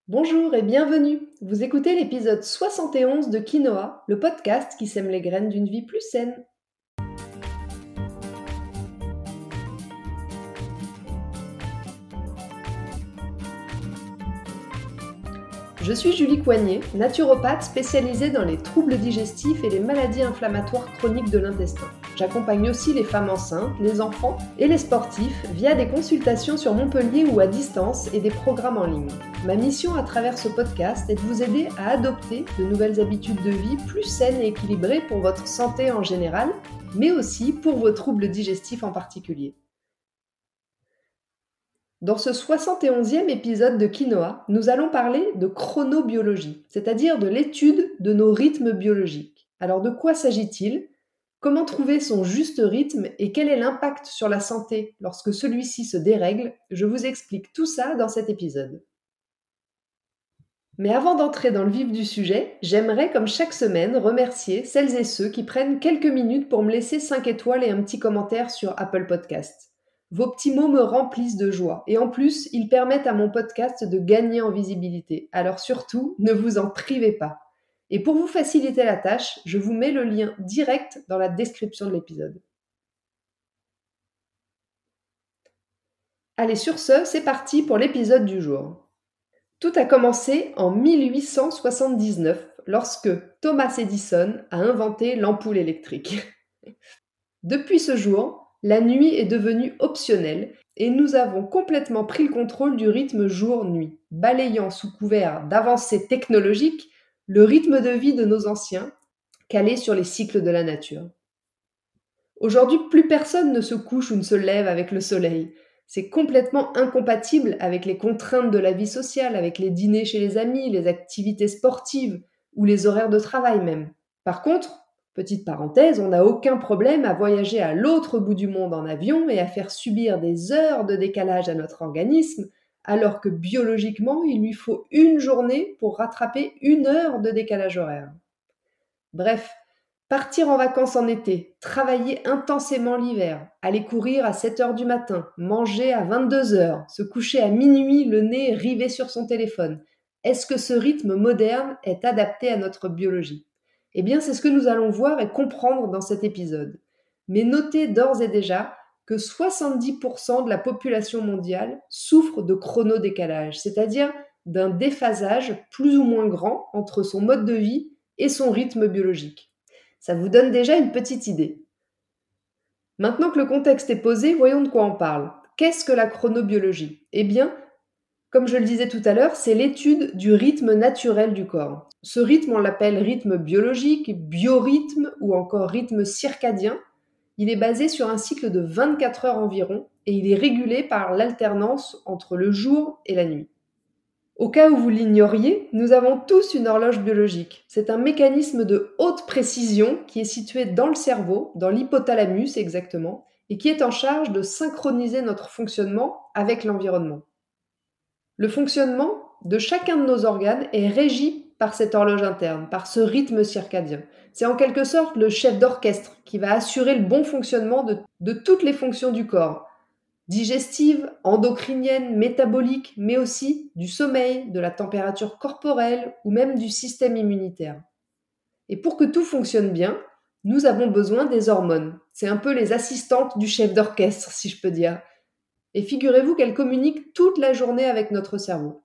Bonjour et bienvenue. Vous écoutez l'épisode 71 de Quinoa, le podcast qui sème les graines d'une vie plus saine. Je suis Julie Coignet, naturopathe spécialisée dans les troubles digestifs et les maladies inflammatoires chroniques de l'intestin. J'accompagne aussi les femmes enceintes, les enfants et les sportifs via des consultations sur Montpellier ou à distance et des programmes en ligne. Ma mission à travers ce podcast est de vous aider à adopter de nouvelles habitudes de vie plus saines et équilibrées pour votre santé en général, mais aussi pour vos troubles digestifs en particulier. Dans ce 71e épisode de Quinoa, nous allons parler de chronobiologie, c'est-à-dire de l'étude de nos rythmes biologiques. Alors de quoi s'agit-il ? Comment trouver son juste rythme et quel est l'impact sur la santé lorsque celui-ci se dérègle ? Je vous explique tout ça dans cet épisode. Mais avant d'entrer dans le vif du sujet, j'aimerais, comme chaque semaine, remercier celles et ceux qui prennent quelques minutes pour me laisser 5 étoiles et un petit commentaire sur Apple Podcast. Vos petits mots me remplissent de joie et en plus, ils permettent à mon podcast de gagner en visibilité. Alors surtout, ne vous en privez pas. Et pour vous faciliter la tâche, je vous mets le lien direct dans la description de l'épisode. Allez, sur ce, c'est parti pour l'épisode du jour. Tout a commencé en 1879 lorsque Thomas Edison a inventé l'ampoule électrique. Depuis ce jour, la nuit est devenue optionnelle et nous avons complètement pris le contrôle du rythme jour-nuit, balayant sous couvert d'avancées technologiques le rythme de vie de nos anciens, calé sur les cycles de la nature. Aujourd'hui, plus personne ne se couche ou ne se lève avec le soleil. C'est complètement incompatible avec les contraintes de la vie sociale, avec les dîners chez les amis, les activités sportives ou les horaires de travail même. Par contre, petite parenthèse, on n'a aucun problème à voyager à l'autre bout du monde en avion et à faire subir des heures de décalage à notre organisme, alors que biologiquement, il lui faut une journée pour rattraper 1 heure de décalage horaire. Bref, partir en vacances en été, travailler intensément l'hiver, aller courir à 7 heures du matin, manger à 22 heures, se coucher à minuit le nez rivé sur son téléphone. Est-ce que ce rythme moderne est adapté à notre biologie ? Eh bien, c'est ce que nous allons voir et comprendre dans cet épisode. Mais notez d'ores et déjà que 70% de la population mondiale souffre de chronodécalage, c'est-à-dire d'un déphasage plus ou moins grand entre son mode de vie et son rythme biologique. Ça vous donne déjà une petite idée. Maintenant que le contexte est posé, voyons de quoi on parle. Qu'est-ce que la chronobiologie ? Eh bien, comme je le disais tout à l'heure, c'est l'étude du rythme naturel du corps. Ce rythme, on l'appelle rythme biologique, biorhythme ou encore rythme circadien. Il est basé sur un cycle de 24 heures environ et il est régulé par l'alternance entre le jour et la nuit. Au cas où vous l'ignoriez, nous avons tous une horloge biologique. C'est un mécanisme de haute précision qui est situé dans le cerveau, dans l'hypothalamus exactement, et qui est en charge de synchroniser notre fonctionnement avec l'environnement. Le fonctionnement de chacun de nos organes est régi par cette horloge interne, par ce rythme circadien. C'est en quelque sorte le chef d'orchestre qui va assurer le bon fonctionnement de toutes les fonctions du corps, digestive, endocrinienne, métabolique, mais aussi du sommeil, de la température corporelle ou même du système immunitaire. Et pour que tout fonctionne bien, nous avons besoin des hormones. C'est un peu les assistantes du chef d'orchestre, si je peux dire. Et figurez-vous qu'elles communiquent toute la journée avec notre cerveau.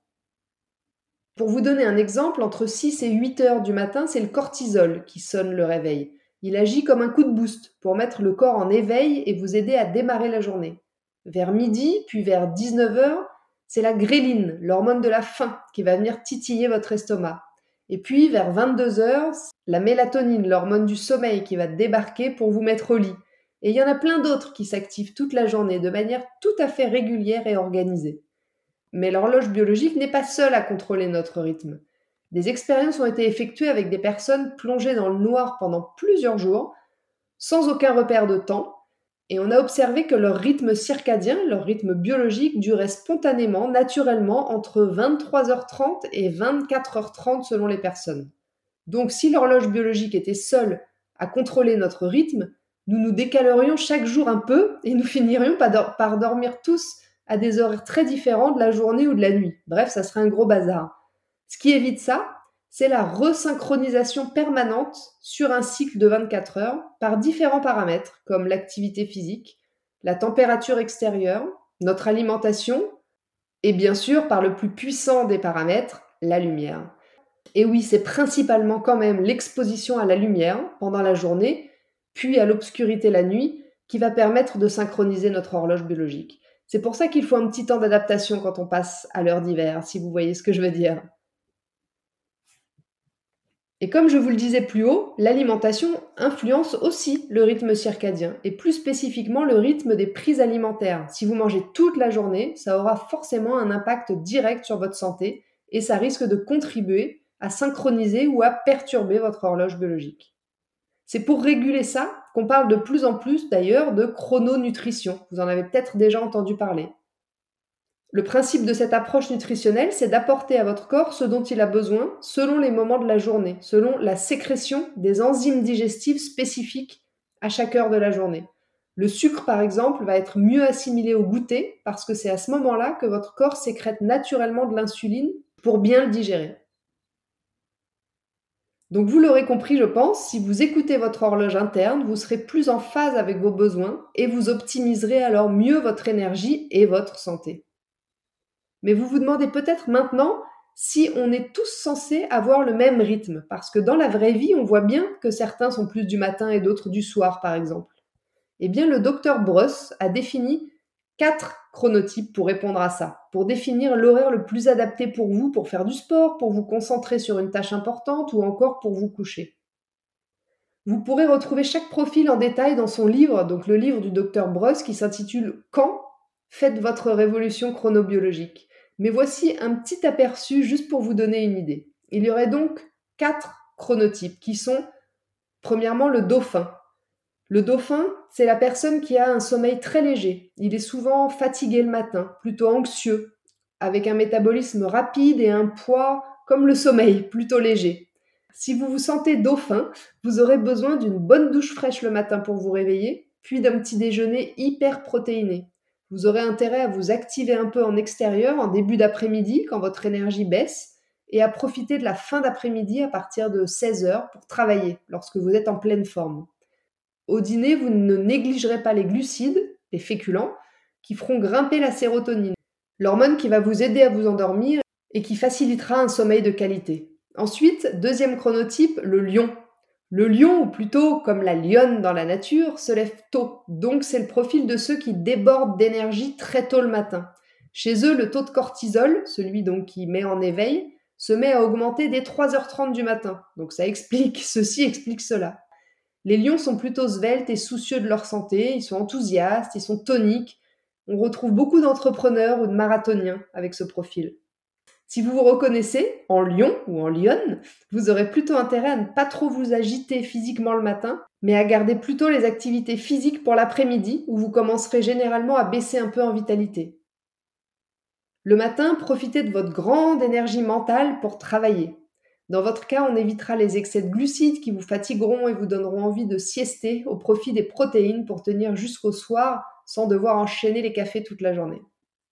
Pour vous donner un exemple, entre 6 et 8 heures du matin, c'est le cortisol qui sonne le réveil. Il agit comme un coup de boost pour mettre le corps en éveil et vous aider à démarrer la journée. Vers midi, puis vers 19 heures, c'est la gréline, l'hormone de la faim, qui va venir titiller votre estomac. Et puis vers 22 heures, la mélatonine, l'hormone du sommeil, qui va débarquer pour vous mettre au lit. Et il y en a plein d'autres qui s'activent toute la journée de manière tout à fait régulière et organisée. Mais l'horloge biologique n'est pas seule à contrôler notre rythme. Des expériences ont été effectuées avec des personnes plongées dans le noir pendant plusieurs jours, sans aucun repère de temps, et on a observé que leur rythme circadien, leur rythme biologique, durait spontanément, naturellement, entre 23h30 et 24h30 selon les personnes. Donc si l'horloge biologique était seule à contrôler notre rythme, nous nous décalerions chaque jour un peu et nous finirions par dormir tous à des horaires très différents de la journée ou de la nuit. Bref, ça serait un gros bazar. Ce qui évite ça, c'est la resynchronisation permanente sur un cycle de 24 heures par différents paramètres comme l'activité physique, la température extérieure, notre alimentation et bien sûr par le plus puissant des paramètres, la lumière. Et oui, c'est principalement quand même l'exposition à la lumière pendant la journée, puis à l'obscurité la nuit, qui va permettre de synchroniser notre horloge biologique. C'est pour ça qu'il faut un petit temps d'adaptation quand on passe à l'heure d'hiver, si vous voyez ce que je veux dire. Et comme je vous le disais plus haut, l'alimentation influence aussi le rythme circadien, et plus spécifiquement le rythme des prises alimentaires. Si vous mangez toute la journée, ça aura forcément un impact direct sur votre santé, et ça risque de contribuer à synchroniser ou à perturber votre horloge biologique. C'est pour réguler ça qu'on parle de plus en plus d'ailleurs de chrononutrition. Vous en avez peut-être déjà entendu parler. Le principe de cette approche nutritionnelle, c'est d'apporter à votre corps ce dont il a besoin selon les moments de la journée, selon la sécrétion des enzymes digestives spécifiques à chaque heure de la journée. Le sucre, par exemple, va être mieux assimilé au goûter parce que c'est à ce moment-là que votre corps sécrète naturellement de l'insuline pour bien le digérer. Donc vous l'aurez compris, je pense, si vous écoutez votre horloge interne, vous serez plus en phase avec vos besoins et vous optimiserez alors mieux votre énergie et votre santé. Mais vous vous demandez peut-être maintenant si on est tous censés avoir le même rythme, parce que dans la vraie vie, on voit bien que certains sont plus du matin et d'autres du soir, par exemple. Eh bien, le docteur Bruss a défini 4 chronotypes pour répondre à ça, pour définir l'horaire le plus adapté pour vous, pour faire du sport, pour vous concentrer sur une tâche importante ou encore pour vous coucher. Vous pourrez retrouver chaque profil en détail dans son livre, donc le livre du docteur Bruss qui s'intitule Quand faites votre révolution chronobiologique. Mais voici un petit aperçu juste pour vous donner une idée. Il y aurait donc 4 chronotypes qui sont, premièrement, le dauphin. Le dauphin, c'est la personne qui a un sommeil très léger. Il est souvent fatigué le matin, plutôt anxieux, avec un métabolisme rapide et un poids comme le sommeil, plutôt léger. Si vous vous sentez dauphin, vous aurez besoin d'une bonne douche fraîche le matin pour vous réveiller, puis d'un petit déjeuner hyper protéiné. Vous aurez intérêt à vous activer un peu en extérieur en début d'après-midi quand votre énergie baisse et à profiter de la fin d'après-midi à partir de 16 heures pour travailler lorsque vous êtes en pleine forme. Au dîner, vous ne négligerez pas les glucides, les féculents, qui feront grimper la sérotonine, l'hormone qui va vous aider à vous endormir et qui facilitera un sommeil de qualité. Ensuite, deuxième chronotype, le lion. Le lion, ou plutôt comme la lionne dans la nature, se lève tôt, donc c'est le profil de ceux qui débordent d'énergie très tôt le matin. Chez eux, le taux de cortisol, celui donc qui met en éveil, se met à augmenter dès 3h30 du matin. Donc ceci explique cela. Les lions sont plutôt sveltes et soucieux de leur santé, ils sont enthousiastes, ils sont toniques. On retrouve beaucoup d'entrepreneurs ou de marathoniens avec ce profil. Si vous vous reconnaissez en lion ou en lionne, vous aurez plutôt intérêt à ne pas trop vous agiter physiquement le matin, mais à garder plutôt les activités physiques pour l'après-midi où vous commencerez généralement à baisser un peu en vitalité. Le matin, profitez de votre grande énergie mentale pour travailler. Dans votre cas, on évitera les excès de glucides qui vous fatigueront et vous donneront envie de siester au profit des protéines pour tenir jusqu'au soir sans devoir enchaîner les cafés toute la journée.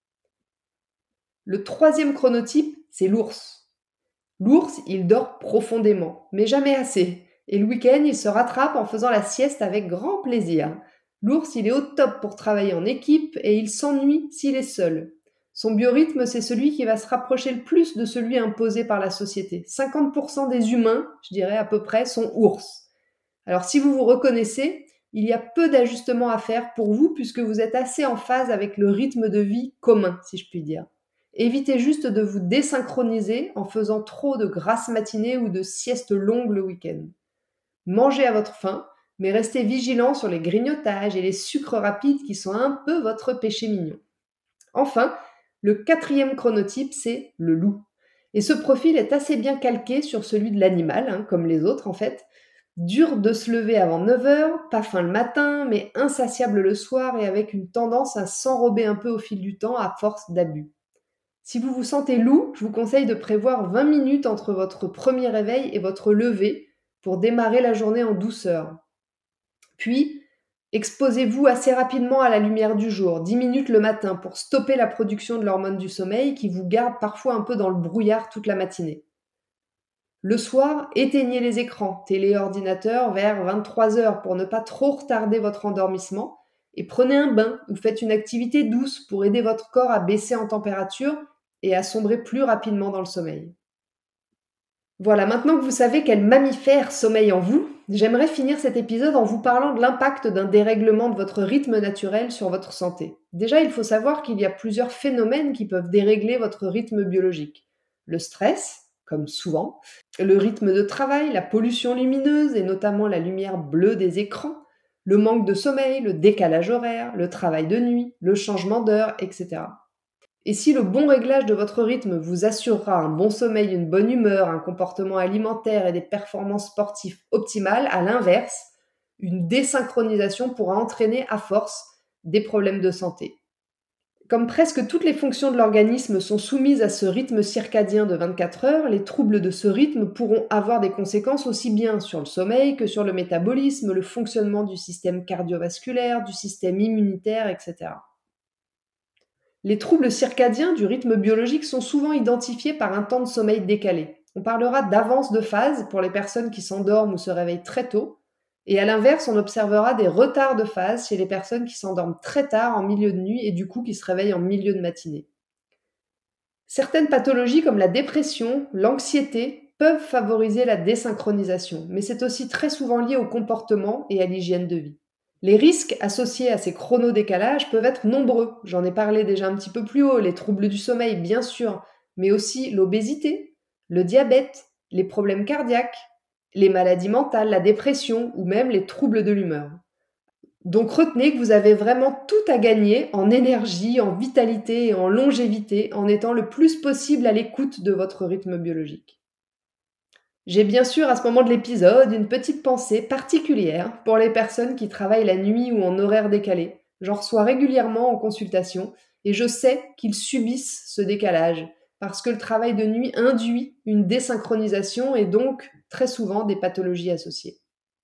Le troisième chronotype, c'est l'ours. L'ours, il dort profondément, mais jamais assez. Et le week-end, il se rattrape en faisant la sieste avec grand plaisir. L'ours, il est au top pour travailler en équipe et il s'ennuie s'il est seul. Son biorhythme, c'est celui qui va se rapprocher le plus de celui imposé par la société. 50% des humains, je dirais à peu près, sont ours. Alors si vous vous reconnaissez, il y a peu d'ajustements à faire pour vous puisque vous êtes assez en phase avec le rythme de vie commun, si je puis dire. Évitez juste de vous désynchroniser en faisant trop de grasses matinées ou de siestes longues le week-end. Mangez à votre faim, mais restez vigilant sur les grignotages et les sucres rapides qui sont un peu votre péché mignon. Enfin, le quatrième chronotype, c'est le loup. Et ce profil est assez bien calqué sur celui de l'animal, comme les autres en fait. Dur de se lever avant 9 heures, pas faim le matin, mais insatiable le soir et avec une tendance à s'enrober un peu au fil du temps à force d'abus. Si vous vous sentez loup, je vous conseille de prévoir 20 minutes entre votre premier réveil et votre lever pour démarrer la journée en douceur. Puis, exposez-vous assez rapidement à la lumière du jour, 10 minutes le matin, pour stopper la production de l'hormone du sommeil qui vous garde parfois un peu dans le brouillard toute la matinée. Le soir, éteignez les écrans, télé, ordinateur, vers 23h pour ne pas trop retarder votre endormissement et prenez un bain ou faites une activité douce pour aider votre corps à baisser en température et à sombrer plus rapidement dans le sommeil. Voilà, maintenant que vous savez quel mammifère sommeille en vous, j'aimerais finir cet épisode en vous parlant de l'impact d'un dérèglement de votre rythme naturel sur votre santé. Déjà, il faut savoir qu'il y a plusieurs phénomènes qui peuvent dérégler votre rythme biologique. Le stress, comme souvent, le rythme de travail, la pollution lumineuse et notamment la lumière bleue des écrans, le manque de sommeil, le décalage horaire, le travail de nuit, le changement d'heure, etc. Et si le bon réglage de votre rythme vous assurera un bon sommeil, une bonne humeur, un comportement alimentaire et des performances sportives optimales, à l'inverse, une désynchronisation pourra entraîner à force des problèmes de santé. Comme presque toutes les fonctions de l'organisme sont soumises à ce rythme circadien de 24 heures, les troubles de ce rythme pourront avoir des conséquences aussi bien sur le sommeil que sur le métabolisme, le fonctionnement du système cardiovasculaire, du système immunitaire, etc. Les troubles circadiens du rythme biologique sont souvent identifiés par un temps de sommeil décalé. On parlera d'avance de phase pour les personnes qui s'endorment ou se réveillent très tôt, et à l'inverse, on observera des retards de phase chez les personnes qui s'endorment très tard en milieu de nuit et du coup qui se réveillent en milieu de matinée. Certaines pathologies comme la dépression, l'anxiété peuvent favoriser la désynchronisation, mais c'est aussi très souvent lié au comportement et à l'hygiène de vie. Les risques associés à ces chronodécalages peuvent être nombreux. J'en ai parlé déjà un petit peu plus haut, les troubles du sommeil, bien sûr, mais aussi l'obésité, le diabète, les problèmes cardiaques, les maladies mentales, la dépression ou même les troubles de l'humeur. Donc retenez que vous avez vraiment tout à gagner en énergie, en vitalité et en longévité en étant le plus possible à l'écoute de votre rythme biologique. J'ai bien sûr à ce moment de l'épisode une petite pensée particulière pour les personnes qui travaillent la nuit ou en horaire décalé. J'en reçois régulièrement en consultation et je sais qu'ils subissent ce décalage parce que le travail de nuit induit une désynchronisation et donc très souvent des pathologies associées.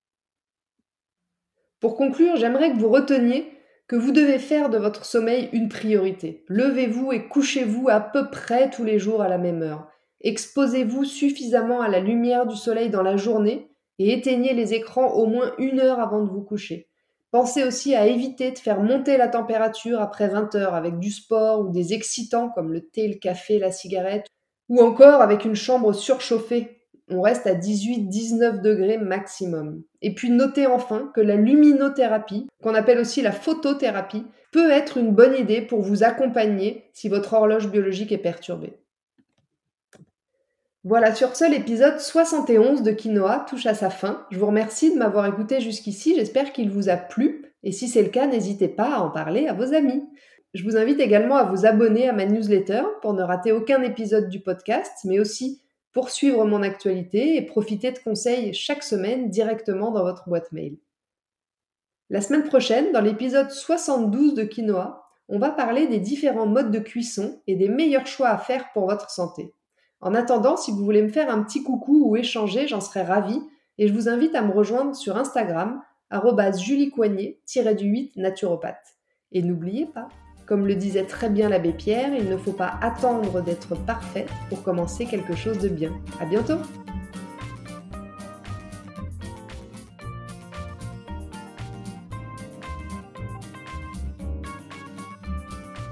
Pour conclure, j'aimerais que vous reteniez que vous devez faire de votre sommeil une priorité. Levez-vous et couchez-vous à peu près tous les jours à la même heure. Exposez-vous suffisamment à la lumière du soleil dans la journée et éteignez les écrans au moins 1 heure avant de vous coucher. Pensez aussi à éviter de faire monter la température après 20 heures avec du sport ou des excitants comme le thé, le café, la cigarette, ou encore avec une chambre surchauffée. On reste à 18-19 degrés maximum. Et puis notez enfin que la luminothérapie, qu'on appelle aussi la photothérapie, peut être une bonne idée pour vous accompagner si votre horloge biologique est perturbée. Voilà, sur ce, l'épisode 71 de Quinoa touche à sa fin. Je vous remercie de m'avoir écouté jusqu'ici, j'espère qu'il vous a plu. Et si c'est le cas, n'hésitez pas à en parler à vos amis. Je vous invite également à vous abonner à ma newsletter pour ne rater aucun épisode du podcast, mais aussi pour suivre mon actualité et profiter de conseils chaque semaine directement dans votre boîte mail. La semaine prochaine, dans l'épisode 72 de Quinoa, on va parler des différents modes de cuisson et des meilleurs choix à faire pour votre santé. En attendant, si vous voulez me faire un petit coucou ou échanger, j'en serais ravie et je vous invite à me rejoindre sur Instagram @juliecoignet-8 naturopathe. Et n'oubliez pas, comme le disait très bien l'abbé Pierre, il ne faut pas attendre d'être parfait pour commencer quelque chose de bien. À bientôt!